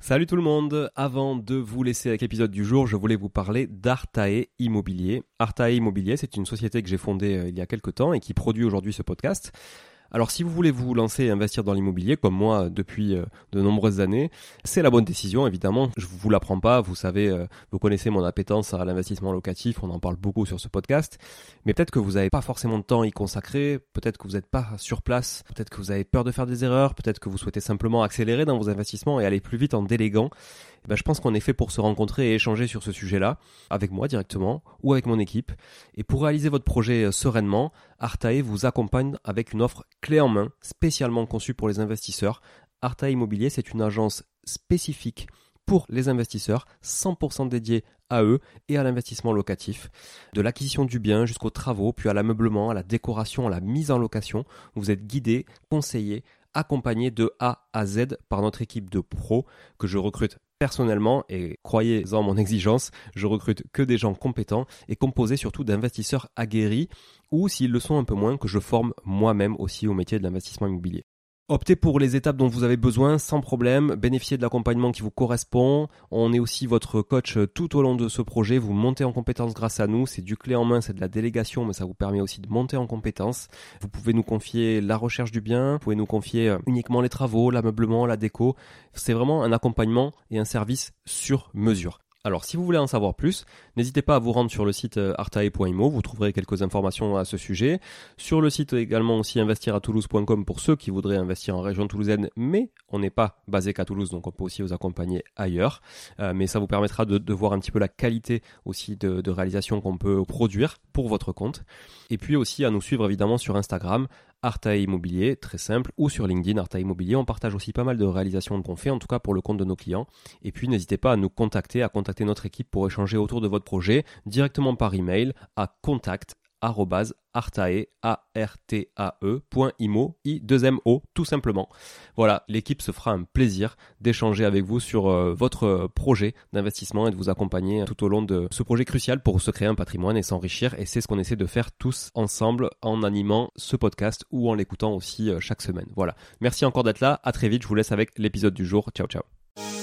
Salut tout le monde, avant de vous laisser avec l'épisode du jour, je voulais vous parler d'Artae Immobilier. Artae Immobilier, c'est une société que j'ai fondée il y a quelques temps et qui produit aujourd'hui ce podcast. Alors si vous voulez vous lancer et investir dans l'immobilier, comme moi depuis de nombreuses années, c'est la bonne décision évidemment. Je vous l'apprends pas, vous savez, vous connaissez mon appétence à l'investissement locatif, on en parle beaucoup sur ce podcast. Mais peut-être que vous n'avez pas forcément de temps à y consacrer, peut-être que vous n'êtes pas sur place, peut-être que vous avez peur de faire des erreurs, peut-être que vous souhaitez simplement accélérer dans vos investissements et aller plus vite en déléguant. Je pense qu'on est fait pour se rencontrer et échanger sur ce sujet-là, avec moi directement ou avec mon équipe. Et pour réaliser votre projet sereinement, Artae vous accompagne avec une offre clé en main, spécialement conçue pour les investisseurs. Artae Immobilier, c'est une agence spécifique pour les investisseurs, 100% dédiée à eux et à l'investissement locatif. De l'acquisition du bien jusqu'aux travaux, puis à l'ameublement, à la décoration, à la mise en location. Vous êtes guidé, conseillé, accompagné de A à Z par notre équipe de pros que je recrute personnellement, et croyez-en mon exigence, je recrute que des gens compétents et composés surtout d'investisseurs aguerris ou, s'ils le sont un peu moins, que je forme moi-même aussi au métier de l'investissement immobilier. Optez pour les étapes dont vous avez besoin sans problème, bénéficiez de l'accompagnement qui vous correspond. On est aussi votre coach tout au long de ce projet, vous montez en compétences grâce à nous, c'est du clé en main, c'est de la délégation, mais ça vous permet aussi de monter en compétences. Vous pouvez nous confier la recherche du bien, vous pouvez nous confier uniquement les travaux, l'ameublement, la déco. C'est vraiment un accompagnement et un service sur mesure. Alors, si vous voulez en savoir plus, n'hésitez pas à vous rendre sur le site artae.imo, vous trouverez quelques informations à ce sujet. Sur le site également aussi investiratoulouse.com pour ceux qui voudraient investir en région toulousaine, mais on n'est pas basé qu'à Toulouse, donc on peut aussi vous accompagner ailleurs. Mais ça vous permettra de voir un petit peu la qualité aussi de réalisation qu'on peut produire pour votre compte. Et puis aussi à nous suivre évidemment sur Instagram, Artae Immobilier, très simple, ou sur LinkedIn, Artae Immobilier. On partage aussi pas mal de réalisations qu'on fait, en tout cas pour le compte de nos clients. Et puis n'hésitez pas à nous contacter, à contacter notre équipe pour échanger autour de votre projet directement par email à contact@artae.imo, i2mo, tout simplement. Voilà, l'équipe se fera un plaisir d'échanger avec vous sur votre projet d'investissement et de vous accompagner tout au long de ce projet crucial pour se créer un patrimoine et s'enrichir. Et c'est ce qu'on essaie de faire tous ensemble en animant ce podcast ou en l'écoutant aussi chaque semaine. Voilà, merci encore d'être là, à très vite, je vous laisse avec l'épisode du jour. Ciao, ciao.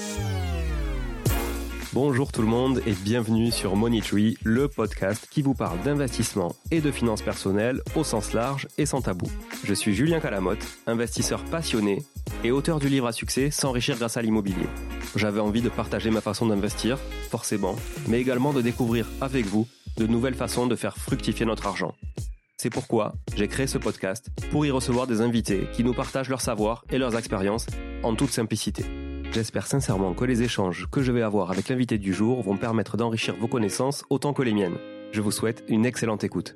Bonjour tout le monde et bienvenue sur Money Tree, le podcast qui vous parle d'investissement et de finances personnelles au sens large et sans tabou. Je suis Julien Calamotte, investisseur passionné et auteur du livre à succès S'enrichir grâce à l'immobilier. J'avais envie de partager ma façon d'investir, forcément, mais également de découvrir avec vous de nouvelles façons de faire fructifier notre argent. C'est pourquoi j'ai créé ce podcast pour y recevoir des invités qui nous partagent leur savoir et leurs expériences en toute simplicité. J'espère sincèrement que les échanges que je vais avoir avec l'invité du jour vont permettre d'enrichir vos connaissances autant que les miennes. Je vous souhaite une excellente écoute.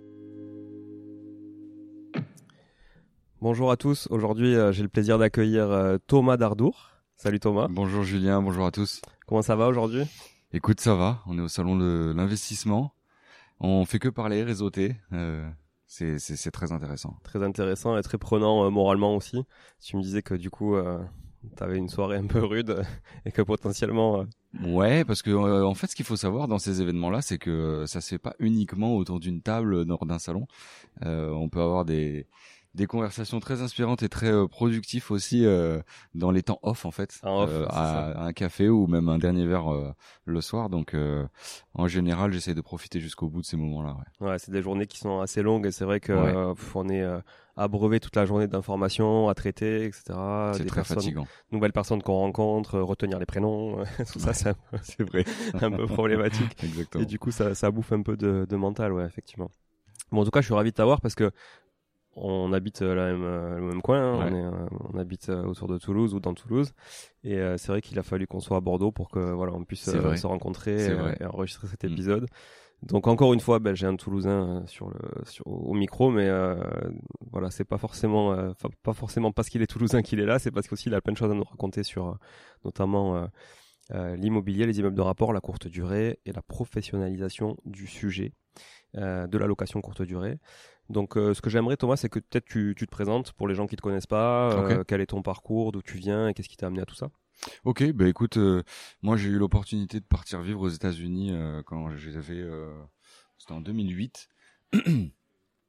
Bonjour à tous, aujourd'hui j'ai le plaisir d'accueillir Thomas Dardour. Salut Thomas. Bonjour Julien, bonjour à tous. Comment ça va aujourd'hui ? Écoute, ça va, on est au salon de l'investissement, on fait que parler, réseauter, c'est très intéressant. Très intéressant et très prenant moralement aussi. Tu me disais que du coup... T'avais une soirée un peu rude et que potentiellement... Ouais, parce que en fait, ce qu'il faut savoir dans ces événements-là, c'est que ça se fait pas uniquement autour d'une table lors d'un salon. On peut avoir des conversations très inspirantes et très productives aussi dans les temps off en fait, à un café ou même un dernier verre le soir. Donc en général, j'essaie de profiter jusqu'au bout de ces moments-là. Ouais, c'est des journées qui sont assez longues et c'est vrai que on est abreuvé toute la journée d'informations à traiter, etc. C'est très fatigant. Nouvelles personnes qu'on rencontre, retenir les prénoms, tout ça, c'est vrai, un peu problématique. Exactement. Et du coup, ça bouffe un peu de mental, ouais, effectivement. Bon, en tout cas, je suis ravi de t'avoir parce que on habite le même coin, hein. Ouais. On habite autour de Toulouse ou dans Toulouse, et c'est vrai qu'il a fallu qu'on soit à Bordeaux pour que on puisse se rencontrer et enregistrer cet épisode. Donc encore une fois, j'ai un Toulousain au micro, mais voilà, c'est pas forcément parce qu'il est Toulousain qu'il est là, c'est parce qu'aussi il a plein de choses à nous raconter sur notamment l'immobilier, les immeubles de rapport, la courte durée et la professionnalisation du sujet de la location courte durée. Donc ce que j'aimerais Thomas, c'est que peut-être tu te présentes pour les gens qui te connaissent pas, Okay. Quel est ton parcours, d'où tu viens et qu'est-ce qui t'a amené à tout ça. Ok, écoute, moi j'ai eu l'opportunité de partir vivre aux États-Unis quand j'avais, c'était en 2008.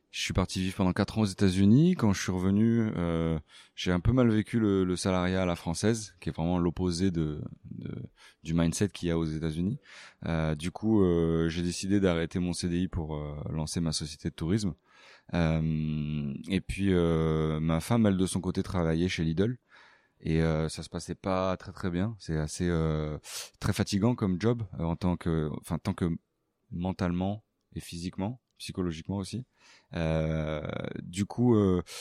Je suis parti vivre pendant 4 ans aux États-Unis. Quand je suis revenu, j'ai un peu mal vécu le salariat à la française, qui est vraiment l'opposé du mindset qu'il y a aux États-Unis. Du coup, j'ai décidé d'arrêter mon CDI pour lancer ma société de tourisme. Et puis, ma femme, elle de son côté, travaillait chez Lidl. Et ça se passait pas très très bien. C'est assez très fatigant comme job tant que mentalement et physiquement, psychologiquement aussi. Du coup,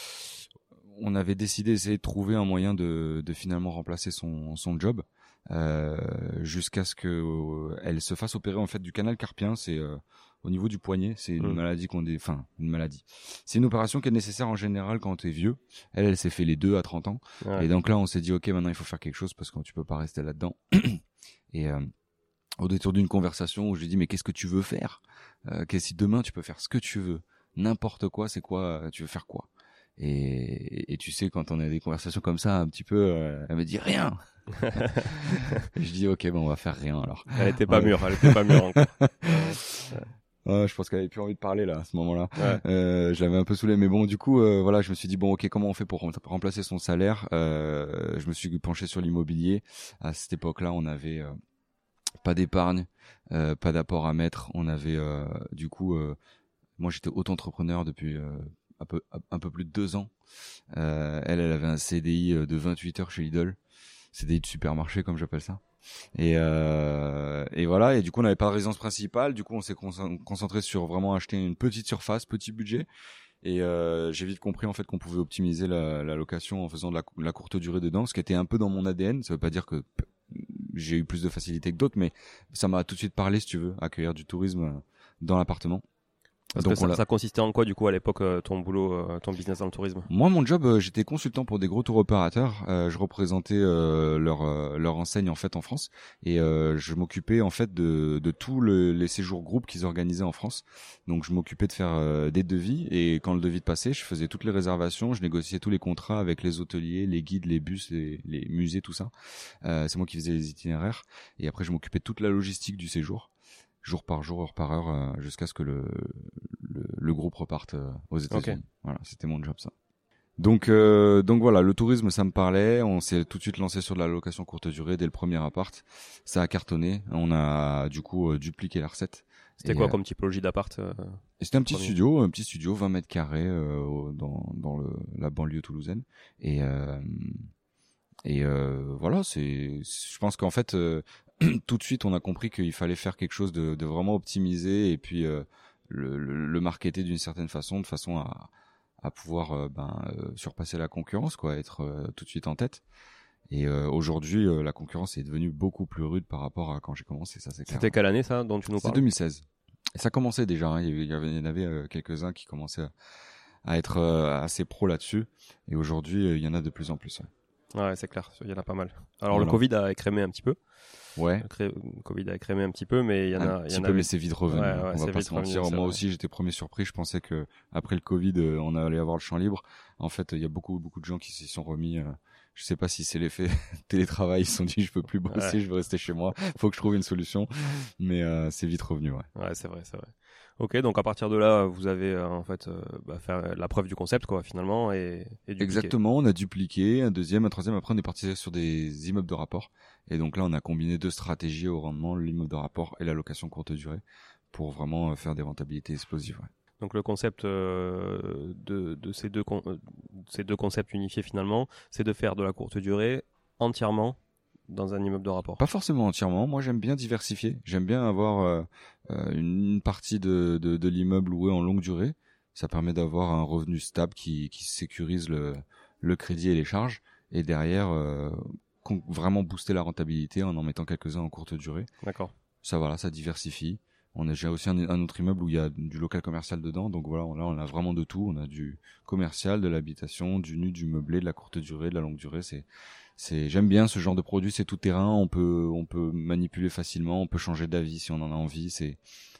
on avait décidé d'essayer de trouver un moyen de finalement remplacer son job jusqu'à ce que elle se fasse opérer en fait du canal carpien. C'est au niveau du poignet, c'est une maladie une maladie. C'est une opération qui est nécessaire en général quand t'es vieux. Elle s'est fait les deux à 30 ans. Ouais. Et donc là, on s'est dit, ok, maintenant il faut faire quelque chose parce que tu peux pas rester là-dedans. Et au détour d'une conversation où je lui dis, mais qu'est-ce que tu veux faire? Si demain tu peux faire ce que tu veux, n'importe quoi, c'est quoi? Tu veux faire quoi? Et tu sais, quand on a des conversations comme ça, un petit peu, elle me dit rien. Je dis, ok, bon, on va faire rien alors. Elle était pas mûre encore. Je pense qu'elle avait plus envie de parler là à ce moment-là. Ouais. Je l'avais un peu saoulé, mais bon, du coup, voilà, je me suis dit bon, ok, comment on fait pour remplacer son salaire? Je me suis penché sur l'immobilier. À cette époque-là, on avait pas d'épargne, pas d'apport à mettre. On avait du coup, moi j'étais auto-entrepreneur depuis un peu plus de 2 ans. Elle avait un CDI de 28 heures chez Lidl, CDI de supermarché comme j'appelle ça. Et voilà, et du coup on n'avait pas de résidence principale, du coup on s'est concentré sur vraiment acheter une petite surface, petit budget, et j'ai vite compris en fait qu'on pouvait optimiser la location en faisant de la courte durée dedans, ce qui était un peu dans mon ADN. Ça veut pas dire que j'ai eu plus de facilité que d'autres, mais ça m'a tout de suite parlé, si tu veux, accueillir du tourisme dans l'appartement. Parce donc que ça consistait en quoi du coup à l'époque ton boulot, ton business dans le tourisme? Moi mon job, j'étais consultant pour des gros tour opérateurs. Je représentais leur enseigne en fait en France, et je m'occupais en fait de tous les séjours groupes qu'ils organisaient en France. Donc je m'occupais de faire des devis, et quand le devis passait, je faisais toutes les réservations, je négociais tous les contrats avec les hôteliers, les guides, les bus, les musées, tout ça. C'est moi qui faisais les itinéraires, et après je m'occupais de toute la logistique du séjour, jour par jour, heure par heure, jusqu'à ce que le groupe reparte aux États-Unis. Okay. Voilà, c'était mon job ça. Donc voilà, le tourisme ça me parlait. On s'est tout de suite lancé sur de la location courte durée dès le premier appart. Ça a cartonné. On a du coup dupliqué la recette. C'était quoi comme typologie d'appart C'était un petit studio, 20 mètres carrés dans la banlieue toulousaine. Et voilà, je pense qu'en fait tout de suite on a compris qu'il fallait faire quelque chose de vraiment optimisé, et puis le marketer d'une certaine façon, de façon à pouvoir surpasser la concurrence, quoi, être tout de suite en tête. Et aujourd'hui la concurrence est devenue beaucoup plus rude par rapport à quand j'ai commencé, ça c'est clair. C'était quelle année ça dont tu nous parles? C'est 2016. Et ça commençait déjà, hein. Il y en avait quelques-uns qui commençaient à être assez pro là-dessus, et aujourd'hui il y en a de plus en plus. Ouais, c'est clair, il y en a pas mal. Alors voilà. Le Covid a écrémé un petit peu. Ouais. Le Covid a écrémé un petit peu, mais il y en a. Mais c'est vite revenu. Ouais, on va pas se mentir. Moi aussi, j'étais premier surpris. Je pensais que après le Covid, on allait avoir le champ libre. En fait, il y a beaucoup de gens qui s'y sont remis. Je sais pas si c'est l'effet télétravail. Ils se sont dit, je peux plus bosser, je veux rester chez moi. Faut que je trouve une solution. Mais c'est vite revenu. Ouais, c'est vrai. Ok, donc à partir de là, vous avez en fait fait la preuve du concept, quoi, finalement, et dupliqué. Exactement, on a dupliqué un deuxième, un troisième. Après, on est parti sur des immeubles de rapport. Et donc là, on a combiné 2 stratégies au rendement, l'immeuble de rapport et la location courte durée, pour vraiment faire des rentabilités explosives. Ouais. Donc le concept de ces deux concepts unifiés finalement, c'est de faire de la courte durée entièrement dans un immeuble de rapport. Pas forcément entièrement. Moi, j'aime bien diversifier. J'aime bien avoir une partie de l'immeuble loué en longue durée. Ça permet d'avoir un revenu stable qui sécurise le crédit et les charges. Et derrière, vraiment booster la rentabilité en mettant quelques-uns en courte durée. D'accord. Ça diversifie. J'ai aussi un autre immeuble où il y a du local commercial dedans. Donc voilà, là, on a vraiment de tout. On a du commercial, de l'habitation, du nu, du meublé, de la courte durée, de la longue durée. J'aime bien ce genre de produit, c'est tout terrain, on peut manipuler facilement, on peut changer d'avis si on en a envie,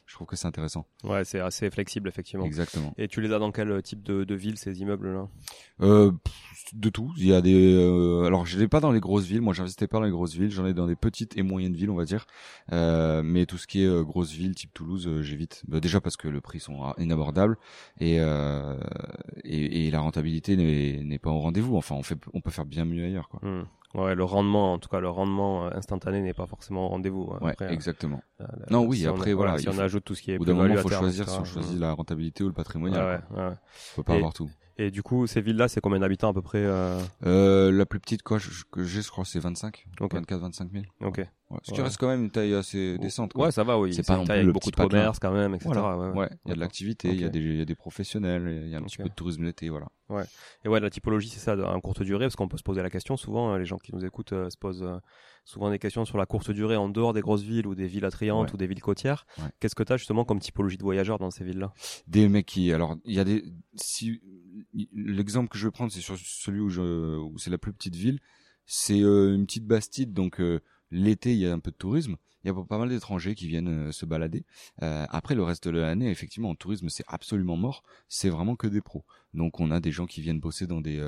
Je trouve que c'est intéressant. Ouais, c'est assez flexible effectivement. Exactement. Et tu les as dans quel type de ville ces immeubles-là? De tout. Il y a alors je l'ai pas dans les grosses villes. Moi, j'investis pas dans les grosses villes. J'en ai dans des petites et moyennes villes, on va dire. Mais tout ce qui est grosses villes, type Toulouse, j'évite. Déjà parce que les prix sont inabordables et la rentabilité n'est pas au rendez-vous. Enfin, on peut faire bien mieux ailleurs, quoi. Ouais, le rendement, en tout cas, le rendement instantané n'est pas forcément au rendez-vous. Ouais, après, exactement. Non, oui, après, voilà. Si on ajoute tout ce qui est au bout d'un moment, il faut terme, choisir etc. si on choisit la rentabilité ou le patrimonial. Ouais. On peut pas avoir tout. Et du coup, ces villes-là, c'est combien d'habitants à peu près La plus petite que j'ai, je crois, c'est 25. Okay. 24-25 000. Ok. Ouais. Ce qui reste quand même une taille assez décente, quoi. Ouais, ça va, oui. C'est pas non plus avec le beaucoup petit de commerce quand même, etc. Voilà. Ouais. Il y a de l'activité, il Okay. y a des professionnels, il y a un petit peu de tourisme l'été, voilà. Ouais. Et ouais, la typologie, c'est ça, en courte durée, parce qu'on peut se poser la question souvent, les gens qui nous écoutent se posent souvent des questions sur la courte durée en dehors des grosses villes ou des villes attrayantes ou des villes côtières. Ouais. Qu'est-ce que tu as justement comme typologie de voyageurs dans ces villes-là? Des mecs alors, il y a l'exemple que je vais prendre, c'est sur celui où c'est la plus petite ville. C'est une petite Bastide, donc l'été, il y a un peu de tourisme. Il y a pas mal d'étrangers qui viennent se balader. Après, le reste de l'année, effectivement, en tourisme, c'est absolument mort. C'est vraiment que des pros. Donc, on a des gens qui viennent bosser dans des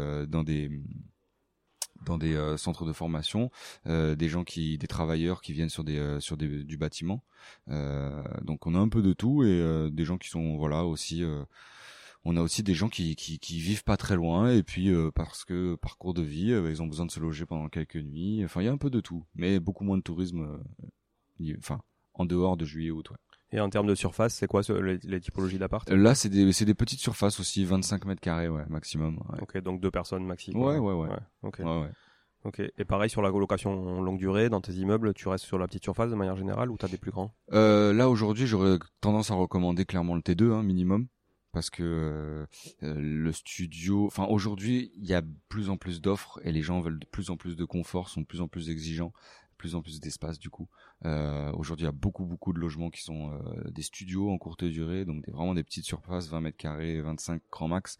centres de formation, des travailleurs qui viennent sur du bâtiment. Donc, on a un peu de tout et des gens qui sont aussi. On a aussi des gens qui vivent pas très loin et puis parce que parcours de vie, ils ont besoin de se loger pendant quelques nuits. Enfin, il y a un peu de tout, mais beaucoup moins de tourisme. En dehors de juillet août. Ouais. Et en termes de surface, c'est quoi les typologies d'appart? Là, c'est des petites surfaces aussi, 25 mètres carrés, ouais, maximum. Ouais. Ok, donc 2 personnes maxi. Ouais. Ok. Ouais. Ok. Et pareil sur la colocation longue durée, dans tes immeubles, tu restes sur la petite surface de manière générale ou t'as des plus grands? Là aujourd'hui, j'aurais tendance à recommander clairement le T2, minimum. Parce que le studio, enfin aujourd'hui, il y a de plus en plus d'offres et les gens veulent de plus en plus de confort, sont de plus en plus exigeants, de plus en plus d'espace du coup. Aujourd'hui, il y a beaucoup de logements qui sont des studios en courte durée, donc vraiment des petites surfaces, 20 mètres carrés, 25 grand max.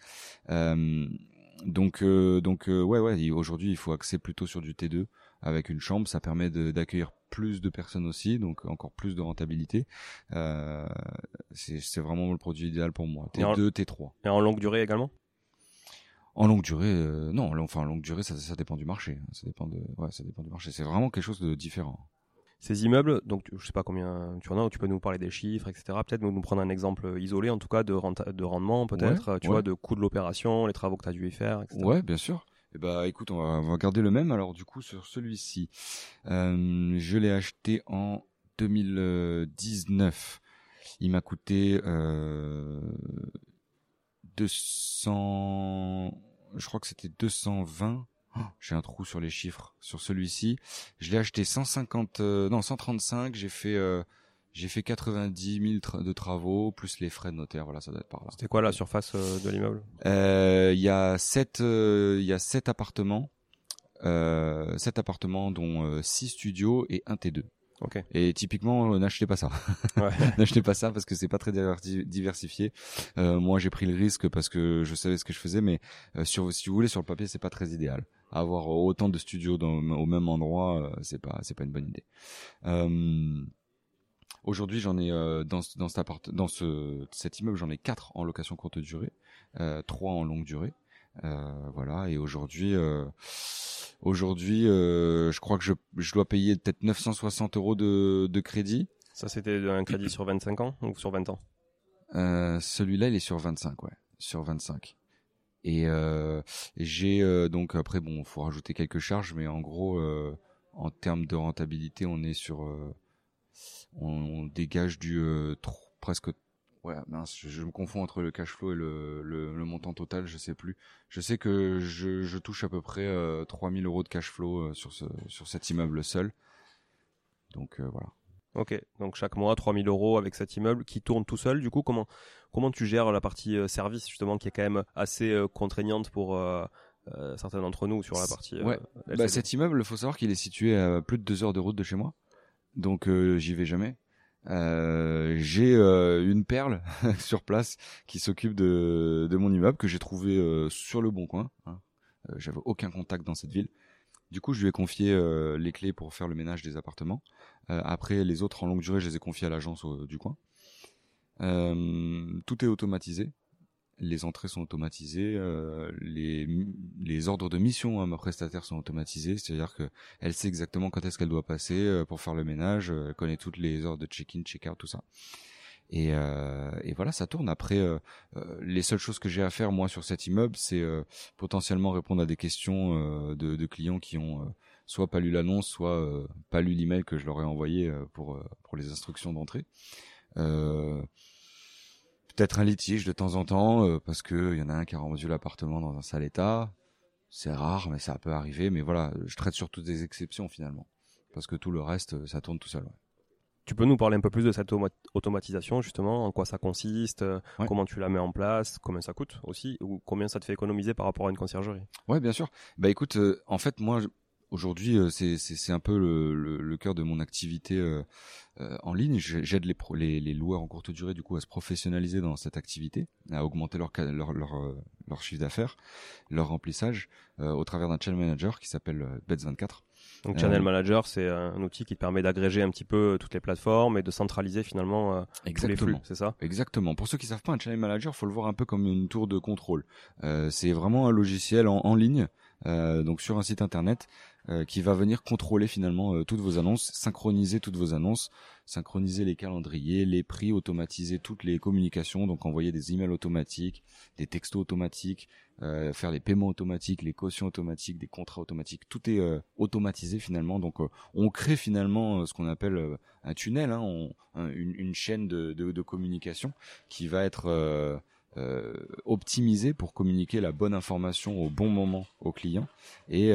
Donc aujourd'hui, il faut axer plutôt sur du T2 avec une chambre, ça permet d'accueillir plus de personnes aussi, donc encore plus de rentabilité. C'est vraiment le produit idéal pour moi. T2, T3. Et en longue durée également? En longue durée, non. Enfin, en longue durée, ça dépend du marché. Ça dépend du marché. C'est vraiment quelque chose de différent. Ces immeubles, donc je sais pas combien tu en as, tu peux nous parler des chiffres, etc. Peut-être nous prendre un exemple isolé, en tout cas de rendement, peut-être, tu vois, de coût de l'opération, les travaux que tu as dû y faire, etc. Ouais, bien sûr. Eh bah, écoute, on va garder le même. Alors, du coup, sur celui-ci, je l'ai acheté en 2019. Il m'a coûté 200. Je crois que c'était 220. J'ai un trou sur les chiffres. Sur celui-ci, je l'ai acheté 135. J'ai fait 90 000 de travaux plus les frais de notaire. Voilà, ça doit être par là. C'était quoi la surface de l'immeuble? Il y a 7 appartements. 7 appartements dont 6 studios et un T2. Okay. Et typiquement, n'achetez pas ça. Ouais. N'achetez pas ça parce que c'est pas très diversifié. Moi, j'ai pris le risque parce que je savais ce que je faisais, mais si vous voulez, sur le papier, c'est pas très idéal. Avoir autant de studios au même endroit, c'est pas une bonne idée. Aujourd'hui, j'en ai dans cet immeuble, j'en ai 4 en location courte durée, 3 en longue durée. Voilà, et aujourd'hui, je crois que je dois payer peut-être 960 € de crédit. Ça, c'était un crédit sur 25 ans ou sur 20 ans? Celui-là, il est sur 25, ouais, sur 25. Et j'ai donc après, bon, faut rajouter quelques charges, mais en gros, en termes de rentabilité, on est sur, on dégage du presque. Ouais, mince, je me confonds entre le cash flow et le montant total, je sais plus. Je sais que je touche à peu près 3 000 € de cash flow sur cet immeuble seul. Donc voilà. Ok, donc chaque mois 3 000 € avec cet immeuble qui tourne tout seul. Du coup, comment tu gères la partie service justement qui est quand même assez contraignante pour certains d'entre nous sur la partie. Cet immeuble, faut savoir qu'il est situé à plus de 2 heures de route de chez moi, donc j'y vais jamais. J'ai une perle sur place qui s'occupe de mon immeuble que j'ai trouvé sur le Bon Coin. J'avais aucun contact dans cette ville. Du coup, je lui ai confié les clés pour faire le ménage des appartements. Après, les autres en longue durée, je les ai confiés à l'agence du coin. Tout est automatisé. Les entrées sont automatisées, les ordres de mission à ma prestataire sont automatisés, c'est-à-dire que elle sait exactement quand est-ce qu'elle doit passer pour faire le ménage, elle connaît toutes les heures de check-in, check-out, tout ça. Et voilà, ça tourne. Après, les seules choses que j'ai à faire moi sur cet immeuble, c'est potentiellement répondre à des questions de clients qui ont soit pas lu l'annonce, soit pas lu l'email que je leur ai envoyé pour les instructions d'entrée. Peut-être un litige de temps en temps parce que y en a un qui a rendu l'appartement dans un sale état. C'est rare, mais ça peut arriver. Mais voilà, je traite surtout des exceptions finalement, parce que tout le reste, ça tourne tout seul. Ouais. Tu peux nous parler un peu plus de cette automatisation, justement, en quoi ça consiste, Ouais. comment tu la mets en place, combien ça coûte aussi, ou combien ça te fait économiser par rapport à une conciergerie? Ouais, bien sûr. Bah écoute, en fait, moi, aujourd'hui, c'est un peu le cœur de mon activité en ligne. J'aide les loueurs en courte durée, du coup, à se professionnaliser dans cette activité, à augmenter leur chiffre d'affaires, leur remplissage, au travers d'un channel manager qui s'appelle Beds24. Donc Channel Manager, c'est un outil qui te permet d'agréger un petit peu toutes les plateformes et de centraliser finalement tous les flux, c'est ça? Exactement. Pour ceux qui savent pas, un Channel Manager, faut le voir un peu comme une tour de contrôle. C'est vraiment un logiciel en ligne, donc sur un site internet, qui va venir contrôler finalement toutes vos annonces, synchroniser toutes vos annonces, synchroniser les calendriers, les prix, automatiser toutes les communications, donc envoyer des emails automatiques, des textos automatiques, faire les paiements automatiques, les cautions automatiques, des contrats automatiques, tout est automatisé finalement. Donc on crée finalement ce qu'on appelle un tunnel, une chaîne de communication qui va être optimisé pour communiquer la bonne information au bon moment au client et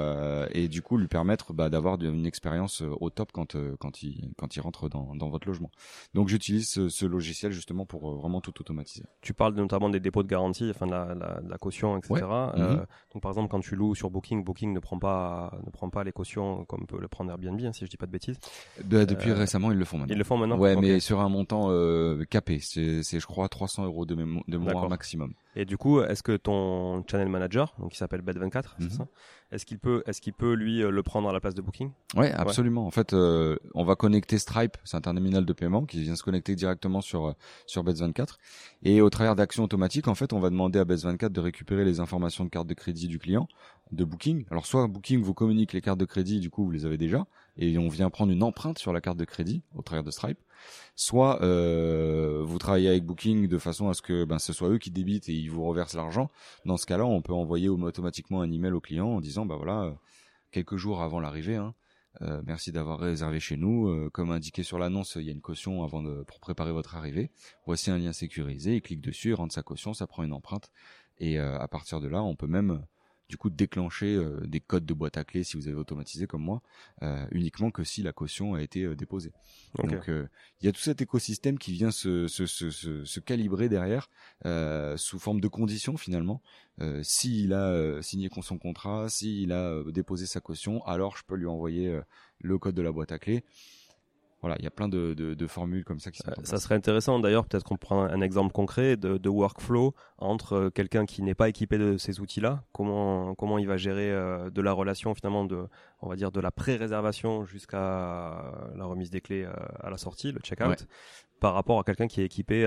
du coup lui permettre d'avoir une expérience au top quand il rentre dans votre logement. Donc j'utilise ce logiciel justement pour vraiment tout automatiser. Tu parles notamment des dépôts de garantie, enfin de la caution, etc. Ouais. Donc par exemple quand tu loues sur Booking ne prend pas les cautions comme peut le prendre Airbnb, si je dis pas de bêtises. Depuis récemment ils le font maintenant. Ils le font maintenant. Ouais, okay. Mais sur un montant capé, c'est je crois 300 € de mémoire maximum. Et du coup, est-ce que ton channel manager, donc qui s'appelle Bed24, c'est ça, est-ce qu'il peut lui le prendre à la place de Booking? Ouais, absolument. Ouais. En fait, on va connecter Stripe, c'est un terminal de paiement qui vient se connecter directement sur Beds24, et au travers d'actions automatiques, en fait, on va demander à Beds24 de récupérer les informations de carte de crédit du client, de Booking. Alors soit Booking vous communique les cartes de crédit, du coup vous les avez déjà, et on vient prendre une empreinte sur la carte de crédit au travers de Stripe. Soit vous travaillez avec Booking de façon à ce que ce soit eux qui débitent et ils vous reversent l'argent. Dans ce cas-là, on peut envoyer automatiquement un email au client en disant quelques jours avant l'arrivée, merci d'avoir réservé chez nous. Comme indiqué sur l'annonce, il y a une caution pour préparer votre arrivée. Voici un lien sécurisé. Il clique dessus, il rentre sa caution, ça prend une empreinte. Et à partir de là, on peut même du coup déclencher des codes de boîte à clés si vous avez automatisé comme moi, uniquement que si la caution a été déposée. Okay. Donc il y a tout cet écosystème qui vient se calibrer derrière sous forme de conditions finalement. S'il a signé son contrat, s'il a déposé sa caution, alors je peux lui envoyer le code de la boîte à clés. Voilà, il y a plein de formules comme ça qui sont en place. Ça serait intéressant d'ailleurs, peut-être qu'on prend un exemple concret de workflow entre quelqu'un qui n'est pas équipé de ces outils-là, comment il va gérer de la relation finalement on va dire de la pré-réservation jusqu'à la remise des clés à la sortie, le check-out. Ouais. Par rapport à quelqu'un qui est équipé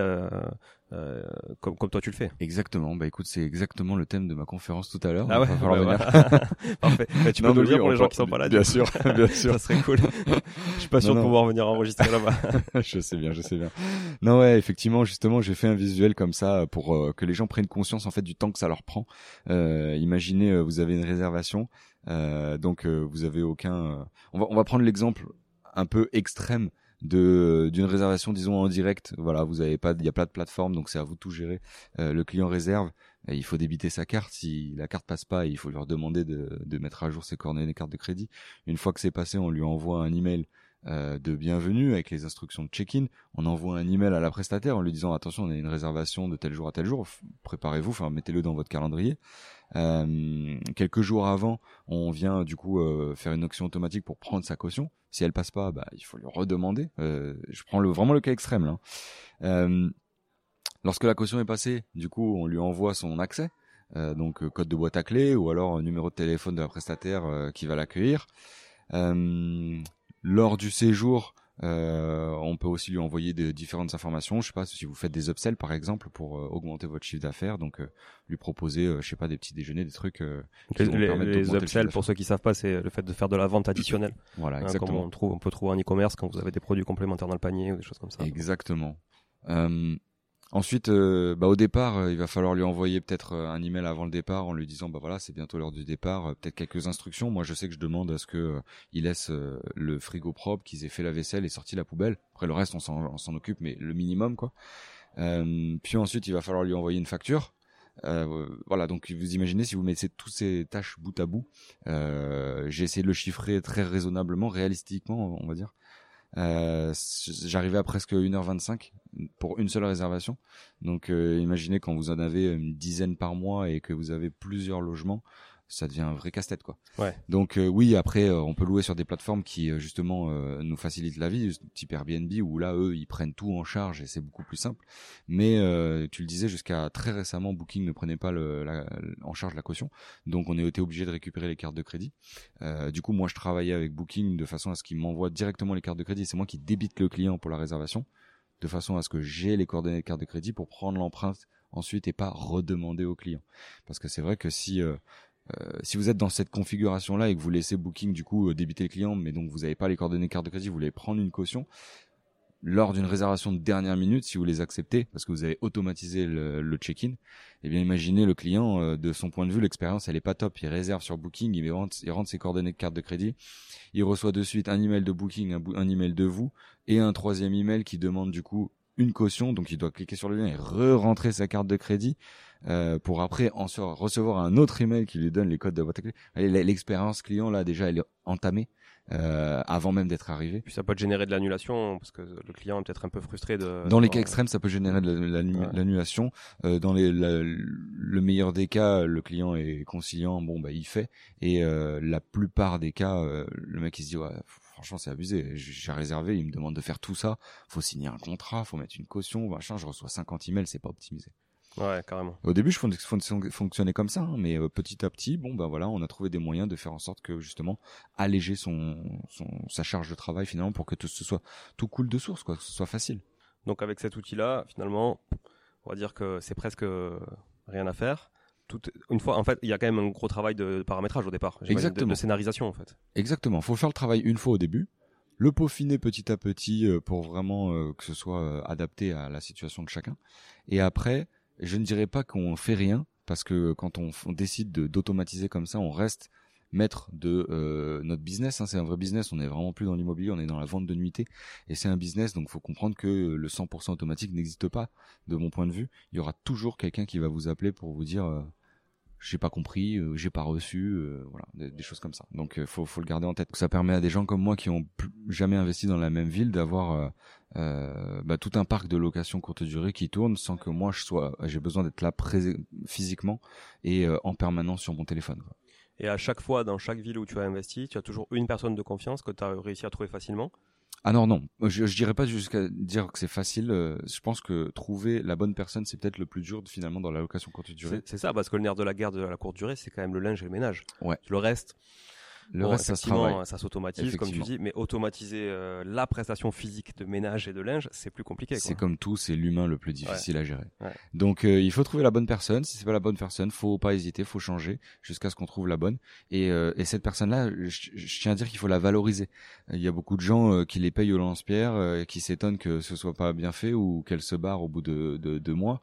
comme toi tu le fais. Exactement. Écoute, c'est exactement le thème de ma conférence tout à l'heure. Ah ouais. Parfait. Tu peux nous le dire pour les gens qui sont pas là. Bien sûr, bien sûr. Ça serait cool. Je suis pas sûr de pouvoir venir enregistrer là-bas. Je sais bien. Non, ouais, effectivement, justement, j'ai fait un visuel comme ça pour que les gens prennent conscience en fait du temps que ça leur prend. Imaginez, vous avez une réservation, donc vous avez aucun. On va prendre l'exemple un peu extrême d'une réservation disons en direct. Voilà, il y a pas de plateforme, donc c'est à vous de tout gérer. Le client réserve, il faut débiter sa carte. Si la carte passe pas, il faut lui redemander de mettre à jour ses coordonnées des cartes de crédit. Une fois que c'est passé, on lui envoie un email de bienvenue avec les instructions de check-in. On envoie un email à la prestataire en lui disant attention, on a une réservation de tel jour à tel jour, préparez-vous, mettez-le dans votre calendrier. Quelques jours avant, on vient du coup faire une action automatique pour prendre sa caution. Si elle passe pas, il faut lui redemander. Je prends vraiment le cas extrême là. Lorsque la caution est passée, du coup, on lui envoie son accès, donc code de boîte à clés ou alors numéro de téléphone de la prestataire qui va l'accueillir. Lors du séjour, On peut aussi lui envoyer différentes informations. Je sais pas si vous faites des upsells par exemple pour augmenter votre chiffre d'affaires. Donc lui proposer, je sais pas, des petits déjeuners, des trucs qui vont permettre les d'augmenter upsells, pour ceux qui savent pas, c'est le fait de faire de la vente additionnelle. Voilà, exactement. Comme on peut trouver en e-commerce quand vous avez des produits complémentaires dans le panier ou des choses comme ça. Exactement. Ensuite, au départ, il va falloir lui envoyer peut-être un email avant le départ en lui disant voilà, c'est bientôt l'heure du départ, peut-être quelques instructions. Moi, je sais que je demande à ce que il laisse le frigo propre, qu'ils aient fait la vaisselle et sorti la poubelle. Après le reste, on s'en occupe, mais le minimum quoi. Puis ensuite, il va falloir lui envoyer une facture. Voilà, donc vous imaginez si vous mettez toutes ces tâches bout à bout, j'ai essayé de le chiffrer très raisonnablement, réalistiquement, on va dire. J'arrivais à presque 1h25 pour une seule réservation. Donc imaginez quand vous en avez une dizaine par mois et que vous avez plusieurs logements, ça devient un vrai casse-tête quoi. Ouais. Donc oui, après on peut louer sur des plateformes qui justement nous facilitent la vie, type Airbnb, où là eux ils prennent tout en charge et c'est beaucoup plus simple. Mais tu le disais, jusqu'à très récemment Booking ne prenait pas en charge la caution, donc on était obligé de récupérer les cartes de crédit. Du coup moi je travaillais avec Booking de façon à ce qu'il m'envoie directement les cartes de crédit, c'est moi qui débite le client pour la réservation, de façon à ce que j'ai les coordonnées de carte de crédit pour prendre l'empreinte ensuite et pas redemander au client. Parce que c'est vrai que si vous êtes dans cette configuration-là et que vous laissez Booking du coup débiter le client, mais donc vous n'avez pas les coordonnées carte de crédit, vous voulez prendre une caution, lors d'une réservation de dernière minute, si vous les acceptez, parce que vous avez automatisé le check-in, eh bien imaginez le client, de son point de vue, l'expérience elle est pas top. Il réserve sur Booking, il rentre ses coordonnées de carte de crédit, il reçoit de suite un email de Booking, un email de vous, et un troisième email qui demande du coup une caution, donc il doit cliquer sur le lien et re-rentrer sa carte de crédit pour après recevoir un autre email qui lui donne les codes de boîte à clé. L'expérience client là déjà elle est entamée avant même d'être arrivé. Puis ça peut générer de l'annulation parce que le client est peut-être un peu frustré dans les cas extrêmes, ça peut générer de l'annulation. Dans le meilleur des cas, le client est conciliant, il fait, et la plupart des cas, le mec il se dit franchement c'est abusé, j'ai réservé, il me demande de faire tout ça, faut signer un contrat, faut mettre une caution, machin, je reçois 50 emails, c'est pas optimisé. Ouais, carrément. Au début, je fonctionnais comme ça, mais petit à petit, on a trouvé des moyens de faire en sorte que justement alléger sa charge de travail finalement pour que tout coule de source, quoi, que ce soit facile. Donc avec cet outil-là, finalement, on va dire que c'est presque rien à faire. Une fois, en fait, il y a quand même un gros travail de paramétrage au départ. Exactement. De scénarisation en fait. Exactement. Faut faire le travail une fois au début, le peaufiner petit à petit pour vraiment que ce soit adapté à la situation de chacun. Et après, je ne dirais pas qu'on fait rien, parce que quand on décide d'automatiser comme ça, on reste maître de notre business, hein. C'est un vrai business, on est vraiment plus dans l'immobilier, on est dans la vente de nuitées, et c'est un business, donc faut comprendre que le 100% automatique n'existe pas, de mon point de vue. Il y aura toujours quelqu'un qui va vous appeler pour vous dire j'ai pas compris, j'ai pas reçu, voilà, des choses comme ça. Donc faut le garder en tête. Ça permet à des gens comme moi qui ont jamais investi dans la même ville d'avoir tout un parc de location courte durée qui tourne sans que moi j'ai besoin d'être là physiquement et en permanence sur mon téléphone, quoi. Et à chaque fois, dans chaque ville où tu as investi, tu as toujours une personne de confiance que tu as réussi à trouver facilement? Ah non, je dirais pas jusqu'à dire que c'est facile. Je pense que trouver la bonne personne, c'est peut-être le plus dur finalement dans la location courte durée. C'est ça, parce que le nerf de la guerre de la courte durée, c'est quand même le linge et le ménage. Ouais. Le reste... ça se travaille. Ça s'automatise, comme tu dis, mais automatiser la prestation physique de ménage et de linge, c'est plus compliqué, quoi. C'est comme tout, c'est l'humain le plus difficile à gérer. Ouais. Donc il faut trouver la bonne personne. Si c'est pas la bonne personne, faut pas hésiter, faut changer jusqu'à ce qu'on trouve la bonne. Et cette personne-là, je tiens à dire qu'il faut la valoriser. Il y a beaucoup de gens qui les payent au lance-pierre, qui s'étonnent que ce soit pas bien fait ou qu'elles se barrent au bout de 2 mois.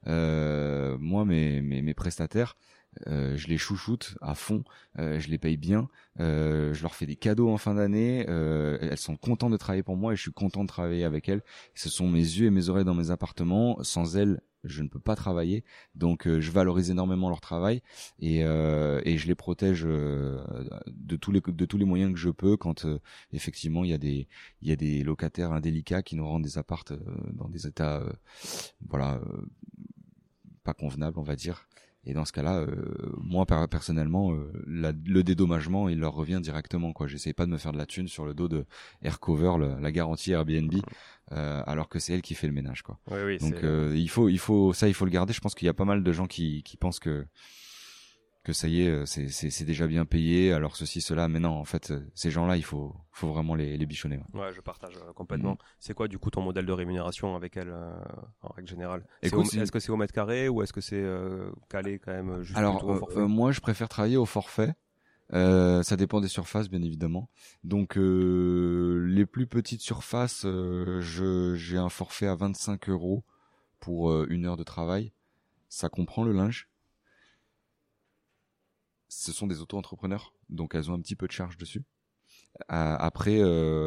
Moi, mes prestataires, je les chouchoute à fond, je les paye bien, je leur fais des cadeaux en fin d'année, elles sont contentes de travailler pour moi et je suis content de travailler avec elles. Ce sont mes yeux et mes oreilles dans mes appartements, sans elles je ne peux pas travailler, donc je valorise énormément leur travail et je les protège de tous les moyens que je peux quand effectivement il y a des locataires indélicats qui nous rendent des appartes dans des états pas convenables, on va dire. Et dans ce cas-là, moi personnellement, le dédommagement, il leur revient directement, quoi. J'essaie pas de me faire de la thune sur le dos de Aircover, la garantie Airbnb, alors que c'est elle qui fait le ménage, quoi. Oui, donc il faut le garder. Je pense qu'il y a pas mal de gens qui pensent que que ça y est, c'est déjà bien payé, alors ceci, cela. Mais non, en fait, ces gens-là, il faut vraiment les bichonner. Ouais, je partage complètement. C'est quoi, du coup, ton modèle de rémunération avec elle, en règle générale? Écoute, est-ce que c'est au mètre carré ou est-ce que c'est calé quand même juste alors, plutôt au forfait? moi, je préfère travailler au forfait. Ça dépend des surfaces, bien évidemment. Donc, les plus petites surfaces, j'ai un forfait à 25 € pour 1 heure de travail. Ça comprend le linge. Ce sont des auto-entrepreneurs, donc elles ont un petit peu de charge dessus. Après,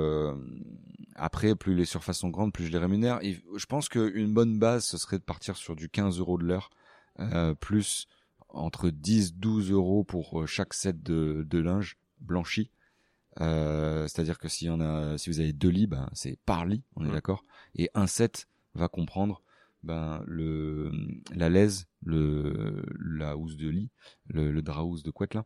plus les surfaces sont grandes, plus je les rémunère. Et je pense qu'une bonne base, ce serait de partir sur du 15 € de l'heure, plus entre 10-12 € pour chaque set de linge blanchi. C'est-à-dire que si vous avez 2 lits, ben c'est par lit, on est d'accord. Et un set va comprendre la laise, la housse de lit, le drap housse de couette là,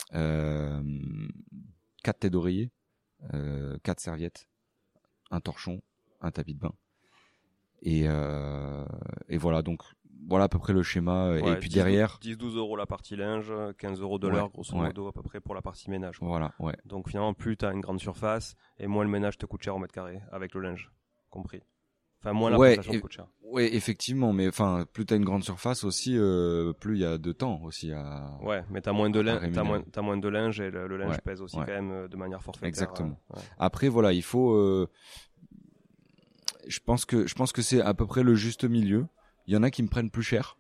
4 têtes d'oreiller, 4 serviettes, un torchon, un tapis de bain. Et voilà, donc voilà à peu près le schéma. Ouais, et puis derrière 10-12 € la partie linge, 15 € de l'heure grosso modo à peu près pour la partie ménage, quoi. Voilà, ouais. Donc finalement, plus tu as une grande surface et moins le ménage te coûte cher au mètre carré avec le linge compris. Enfin, moins la prestation te coûte cher. Ouais, effectivement, mais enfin, plus t'as une grande surface aussi, plus il y a de temps aussi à. Ouais, mais t'as moins de linge, t'as moins de linge et le linge pèse aussi quand même de manière forfaitaire. Exactement. Après, voilà, il faut. Je pense que c'est à peu près le juste milieu. Il y en a qui me prennent plus cher.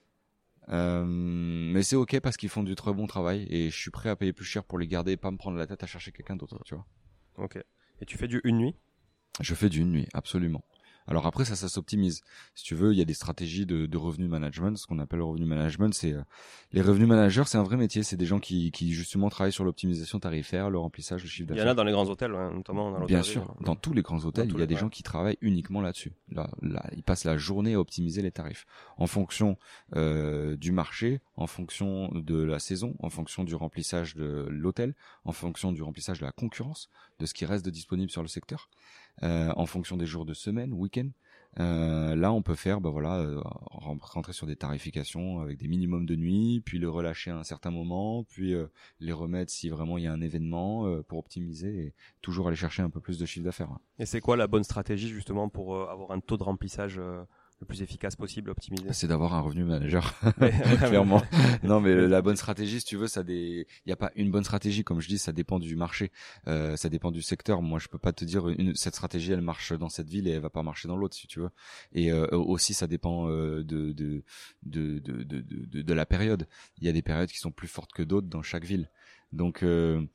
Mais c'est ok parce qu'ils font du très bon travail et je suis prêt à payer plus cher pour les garder et pas me prendre la tête à chercher quelqu'un d'autre, tu vois. Ok. Et tu fais du une nuit? Je fais du une nuit, absolument. Alors après ça s'optimise. Si tu veux, il y a des stratégies de revenu management. Ce qu'on appelle le revenu management, c'est les revenus managers, c'est un vrai métier. C'est des gens qui justement travaillent sur l'optimisation tarifaire, le remplissage, le chiffre d'affaires. Il y en a dans les grands hôtels, notamment dans l'hôtellerie. Bien sûr, dans tous les grands hôtels, il y a des gens qui travaillent uniquement là-dessus. Là, ils passent la journée à optimiser les tarifs en fonction du marché, en fonction de la saison, en fonction du remplissage de l'hôtel, en fonction du remplissage de la concurrence, de ce qui reste de disponible sur le secteur. En fonction des jours de semaine, week-end. Là, on peut faire, rentrer sur des tarifications avec des minimums de nuit, puis le relâcher à un certain moment, puis les remettre si vraiment il y a un événement pour optimiser et toujours aller chercher un peu plus de chiffre d'affaires. Et c'est quoi la bonne stratégie justement pour avoir un taux de remplissage le plus efficace possible, optimisé? C'est d'avoir un revenu manager, clairement. Non, mais la bonne stratégie, si tu veux, il n'y a pas une bonne stratégie, comme je dis, ça dépend du marché, ça dépend du secteur. Moi, je peux pas te dire cette stratégie, elle marche dans cette ville et elle va pas marcher dans l'autre, si tu veux. Et aussi, ça dépend de la période. Il y a des périodes qui sont plus fortes que d'autres dans chaque ville. Donc